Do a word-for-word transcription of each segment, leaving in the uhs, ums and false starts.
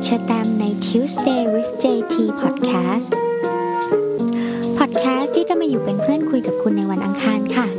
เชอแตมใน Tuesday with เจ ที Podcast Podcast ที่จะมาอยู่เป็นเพื่อนคุยกับคุณในวันอังคารค่ะ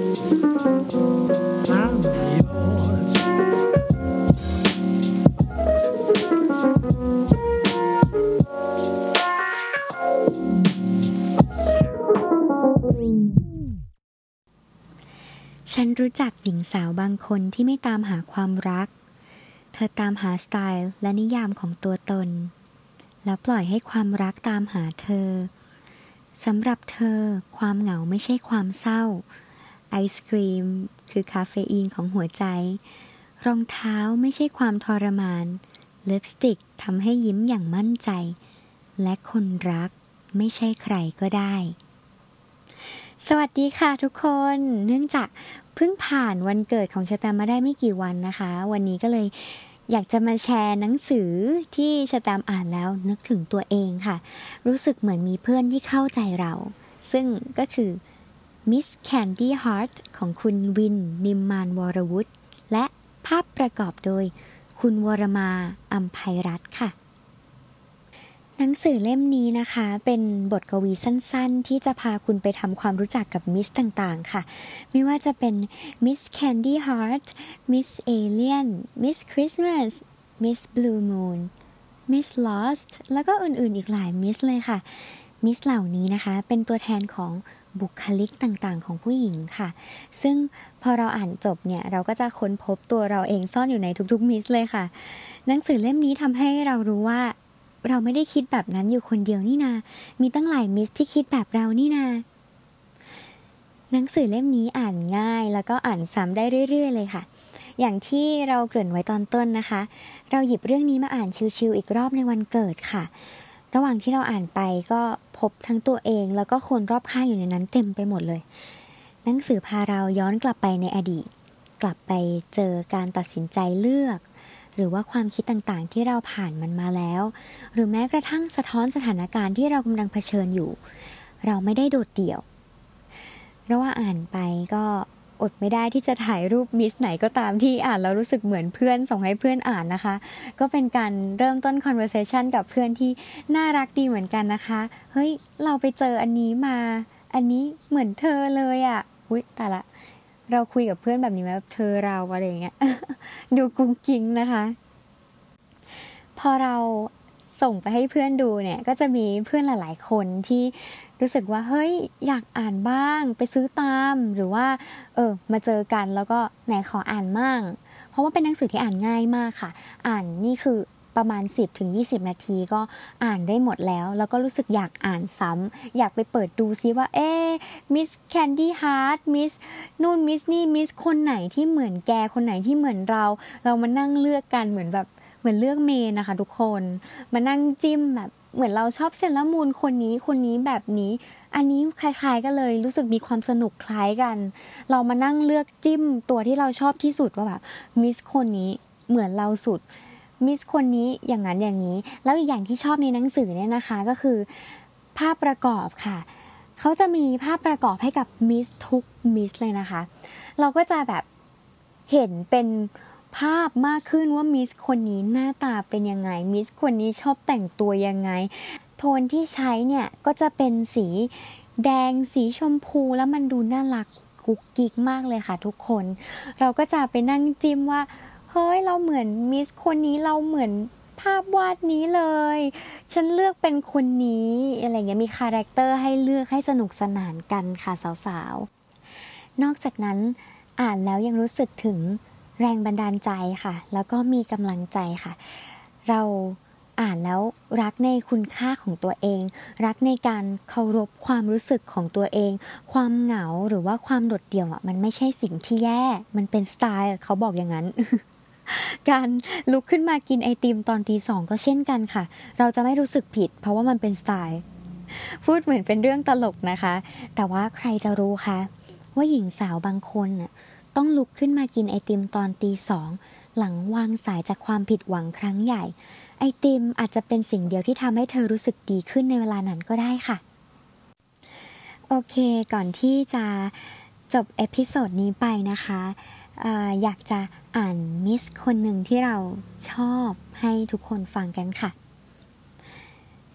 ฉันรู้จักหญิงสาวบางคนที่ไม่ตามหาความรักเธอตามหาสไตล์และนิยามของตัวตนแล้วปล่อยให้ความรักตามหาเธอสำหรับเธอความเหงาไม่ใช่ความเศร้าไอศกรีมคือคาเฟอีนของหัวใจรองเท้าไม่ใช่ความทรมานลิปสติกทำให้ยิ้มอย่างมั่นใจและคนรักไม่ใช่ใครก็ได้สวัสดีค่ะทุกคนเนื่องจากเพิ่งผ่านวันเกิดของชะแตมมาได้ไม่กี่วันนะคะวันนี้ก็เลยอยากจะมาแชร์หนังสือที่ชะแตมอ่านแล้วนึกถึงตัวเองค่ะรู้สึกเหมือนมีเพื่อนที่เข้าใจเราซึ่งก็คือ Miss Candy Heart ของคุณวินนิมมานวรวุฒิและภาพประกอบโดยคุณวรมาอัมไพรัตน์ค่ะหนังสือเล่มนี้นะคะเป็นบทกวีสั้นๆที่จะพาคุณไปทำความรู้จักกับมิสต่างๆค่ะไม่ว่าจะเป็น Miss Candy Heart Miss Alien Miss Christmas Miss Blue Moon Miss Lost แล้วก็อื่นๆอีกหลายมิสเลยค่ะมิสเหล่านี้นะคะเป็นตัวแทนของบุคลิกต่างๆของผู้หญิงค่ะซึ่งพอเราอ่านจบเนี่ยเราก็จะค้นพบตัวเราเองซ่อนอยู่ในทุกๆมิสเลยค่ะหนังสือเล่มนี้ทำให้เรารู้ว่าเราไม่ได้คิดแบบนั้นอยู่คนเดียวนี่นามีตั้งหลายมิสที่คิดแบบเรานี่นาหนังสือเล่มนี้อ่านง่ายแล้วก็อ่านซ้ำได้เรื่อยๆเลยค่ะอย่างที่เราเกริ่นไว้ตอนต้นนะคะเราหยิบเรื่องนี้มาอ่านชิลๆอีกรอบในวันเกิดค่ะระหว่างที่เราอ่านไปก็พบทั้งตัวเองแล้วก็คนรอบข้างอยู่ในนั้นเต็มไปหมดเลยหนังสือพาเราย้อนกลับไปในอดีตกลับไปเจอการตัดสินใจเลือกหรือว่าความคิดต่างๆที่เราผ่านมันมาแล้วหรือแม้กระทั่งสะท้อนสถานการณ์ที่เรากำลังเผชิญอยู่เราไม่ได้โดดเดี่ยวเพราะว่าอ่านไปก็อดไม่ได้ที่จะถ่ายรูปมิสไหนก็ตามที่อ่านแล้วรู้สึกเหมือนเพื่อนส่งให้เพื่อนอ่านนะคะก็เป็นการเริ่มต้น conversation กับเพื่อนที่น่ารักดีเหมือนกันนะคะเฮ้ยเราไปเจออันนี้มาอันนี้เหมือนเธอเลยอ่ะอุ๊ยตายละเราคุยกับเพื่อนแบบนี้ไหมแบบเธอเราอะไรอย่างเงี้ย ดูกุ้งกิ้งนะคะพอเราส่งไปให้เพื่อนดูเนี่ยก็จะมีเพื่อนหลายๆคนที่รู้สึกว่าเฮ้ยอยากอ่านบ้างไปซื้อตามหรือว่าเออมาเจอกันแล้วก็ไหนขออ่านมั่งเพราะว่าเป็นหนังสือที่อ่านง่ายมากค่ะอ่านนี่คือประมาณ สิบถึงยี่สิบ นาทีก็อ่านได้หมดแล้วแล้วก็รู้สึกอยากอ่านซ้ำอยากไปเปิดดูซิว่าเอ๊ะมิสแคนดี้ฮาร์ทมิสนู่นมิสนี่มิสคนไหนที่เหมือนแกคนไหนที่เหมือนเราเรามานั่งเลือกกันเหมือนแบบเหมือนเลือกเมนนะคะทุกคนมานั่งจิ้มแบบเหมือนเราชอบเซเลอรามูนคนนี้คนนี้แบบนี้อันนี้คล้ายๆกันเลยรู้สึกมีความสนุกคล้ายกันเรามานั่งเลือกจิ้มตัวที่เราชอบที่สุดว่าแบบมิสคนนี้เหมือนเราสุดมิสคนนี้อย่างนั้นอย่างนี้แล้วอีกอย่างที่ชอบในหนังสือเนี่ยนะคะก็คือภาพประกอบค่ะเขาจะมีภาพประกอบให้กับมิสทุกมิสเลยนะคะเราก็จะแบบเห็นเป็นภาพมากขึ้นว่ามิสคนนี้หน้าตาเป็นยังไงมิสคนนี้ชอบแต่งตัวยังไงโทนที่ใช้เนี่ยก็จะเป็นสีแดงสีชมพูแล้วมันดูน่ารักกุ๊กกิ๊กมากเลยค่ะทุกคนเราก็จะไปนั่งจิ้มว่าเฮ้ยเราเหมือนมิสคนนี้เราเหมือนภาพวาดนี้เลยฉันเลือกเป็นคนนี้อะไรเงี้ยมีคาแรคเตอร์ให้เลือกให้สนุกสนานกันค่ะสาวๆนอกจากนั้นอ่านแล้วยังรู้สึกถึงแรงบันดาลใจค่ะแล้วก็มีกำลังใจค่ะเราอ่านแล้วรักในคุณค่าของตัวเองรักในการเคารพความรู้สึกของตัวเองความเหงาหรือว่าความโดดเดี่ยวอ่ะมันไม่ใช่สิ่งที่แย่มันเป็นสไตล์เขาบอกอย่างนั้น การลุกขึ้นมากินไอติมตอนตีสองก็เช่นกันค่ะเราจะไม่รู้สึกผิดเพราะว่ามันเป็นสไตล์พูดเหมือนเป็นเรื่องตลกนะคะแต่ว่าใครจะรู้คะว่าหญิงสาวบางคนน่ะต้องลุกขึ้นมากินไอติมตอนตีสองหลังวางสายจากความผิดหวังครั้งใหญ่ไอติมอาจจะเป็นสิ่งเดียวที่ทำให้เธอรู้สึกดีขึ้นในเวลานั้นก็ได้ค่ะโอเคก่อนที่จะจบเอพิโซดนี้ไปนะคะเอ่ออยากจะอ่านมิสคนหนึ่งที่เราชอบให้ทุกคนฟังกันค่ะ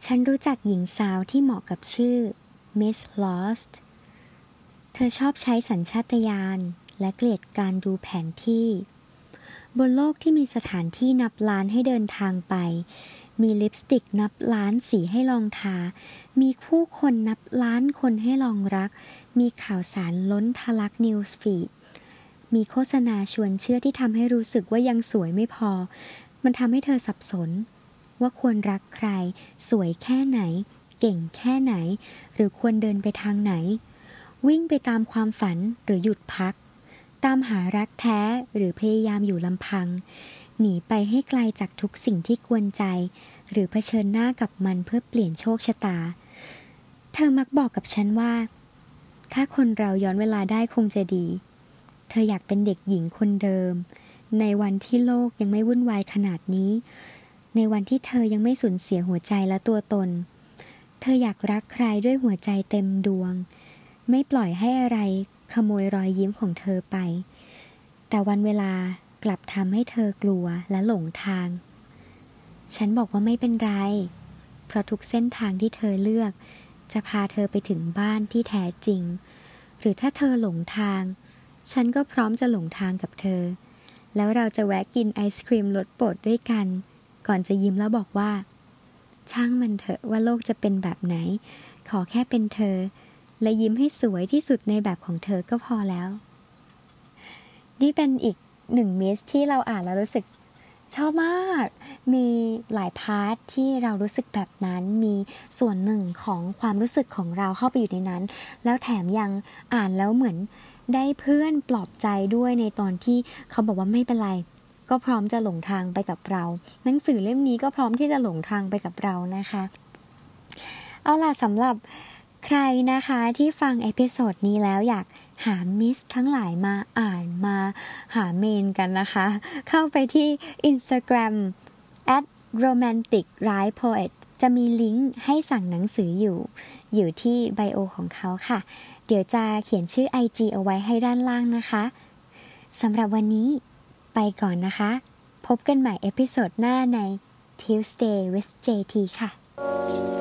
ฉันรู้จักหญิงสาวที่เหมาะกับชื่อ Miss Lost เธอชอบใช้สัญชาตญาณและเกลียดการดูแผนที่บนโลกที่มีสถานที่นับล้านให้เดินทางไปมีลิปสติกนับล้านสีให้ลองทามีคู่คนนับล้านคนให้ลองรักมีข่าวสารล้นทะลักนิวส์ฟีดมีโฆษณาชวนเชื่อที่ทำให้รู้สึกว่ายังสวยไม่พอมันทำให้เธอสับสนว่าควรรักใครสวยแค่ไหนเก่งแค่ไหนหรือควรเดินไปทางไหนวิ่งไปตามความฝันหรือหยุดพักตามหารักแท้หรือพยายามอยู่ลำพังหนีไปให้ไกลจากทุกสิ่งที่กวนใจหรือเผชิญหน้ากับมันเพื่อเปลี่ยนโชคชะตาเธอมักบอกกับฉันว่าถ้าคนเราย้อนเวลาได้คงจะดีเธออยากเป็นเด็กหญิงคนเดิมในวันที่โลกยังไม่วุ่นวายขนาดนี้ในวันที่เธอยังไม่สูญเสียหัวใจและตัวตนเธออยากรักใครด้วยหัวใจเต็มดวงไม่ปล่อยให้อะไรขโมยรอยยิ้มของเธอไปแต่วันเวลากลับทำให้เธอกลัวและหลงทางฉันบอกว่าไม่เป็นไรเพราะทุกเส้นทางที่เธอเลือกจะพาเธอไปถึงบ้านที่แท้จริงหรือถ้าเธอหลงทางฉันก็พร้อมจะหลงทางกับเธอแล้วเราจะแวะกินไอศครีมรสโปรดด้วยกันก่อนจะยิ้มแล้วบอกว่าช่างมันเถอะว่าโลกจะเป็นแบบไหนขอแค่เป็นเธอและยิ้มให้สวยที่สุดในแบบของเธอก็พอแล้วนี่เป็นอีกหนึ่งมิสที่เราอ่านแล้วรู้สึกชอบมากมีหลายพาร์ทที่เรารู้สึกแบบนั้นมีส่วนหนึ่งของความรู้สึกของเราเข้าไปอยู่ในนั้นแล้วแถมยังอ่านแล้วเหมือนได้เพื่อนปลอบใจด้วยในตอนที่เขาบอกว่าไม่เป็นไรก็พร้อมจะหลงทางไปกับเราหนังสือเล่มนี้ก็พร้อมที่จะหลงทางไปกับเรานะคะเอาล่ะสำหรับใครนะคะที่ฟังเอพิโซดนี้แล้วอยากหามิสทั้งหลายมาอ่านมาหาเมนกันนะคะเข้าไปที่ Instagram แอท โรแมนติกไรท์ โพเอท จะมีลิงก์ให้สั่งหนังสืออยู่อยู่ที่ไบโอของเขาค่ะเดี๋ยวจะเขียนชื่อ ไอ จี เอาไว้ให้ด้านล่างนะคะสำหรับวันนี้ไปก่อนนะคะพบกันใหม่เอพิโซดหน้าใน Tuesday with เจ ที ค่ะ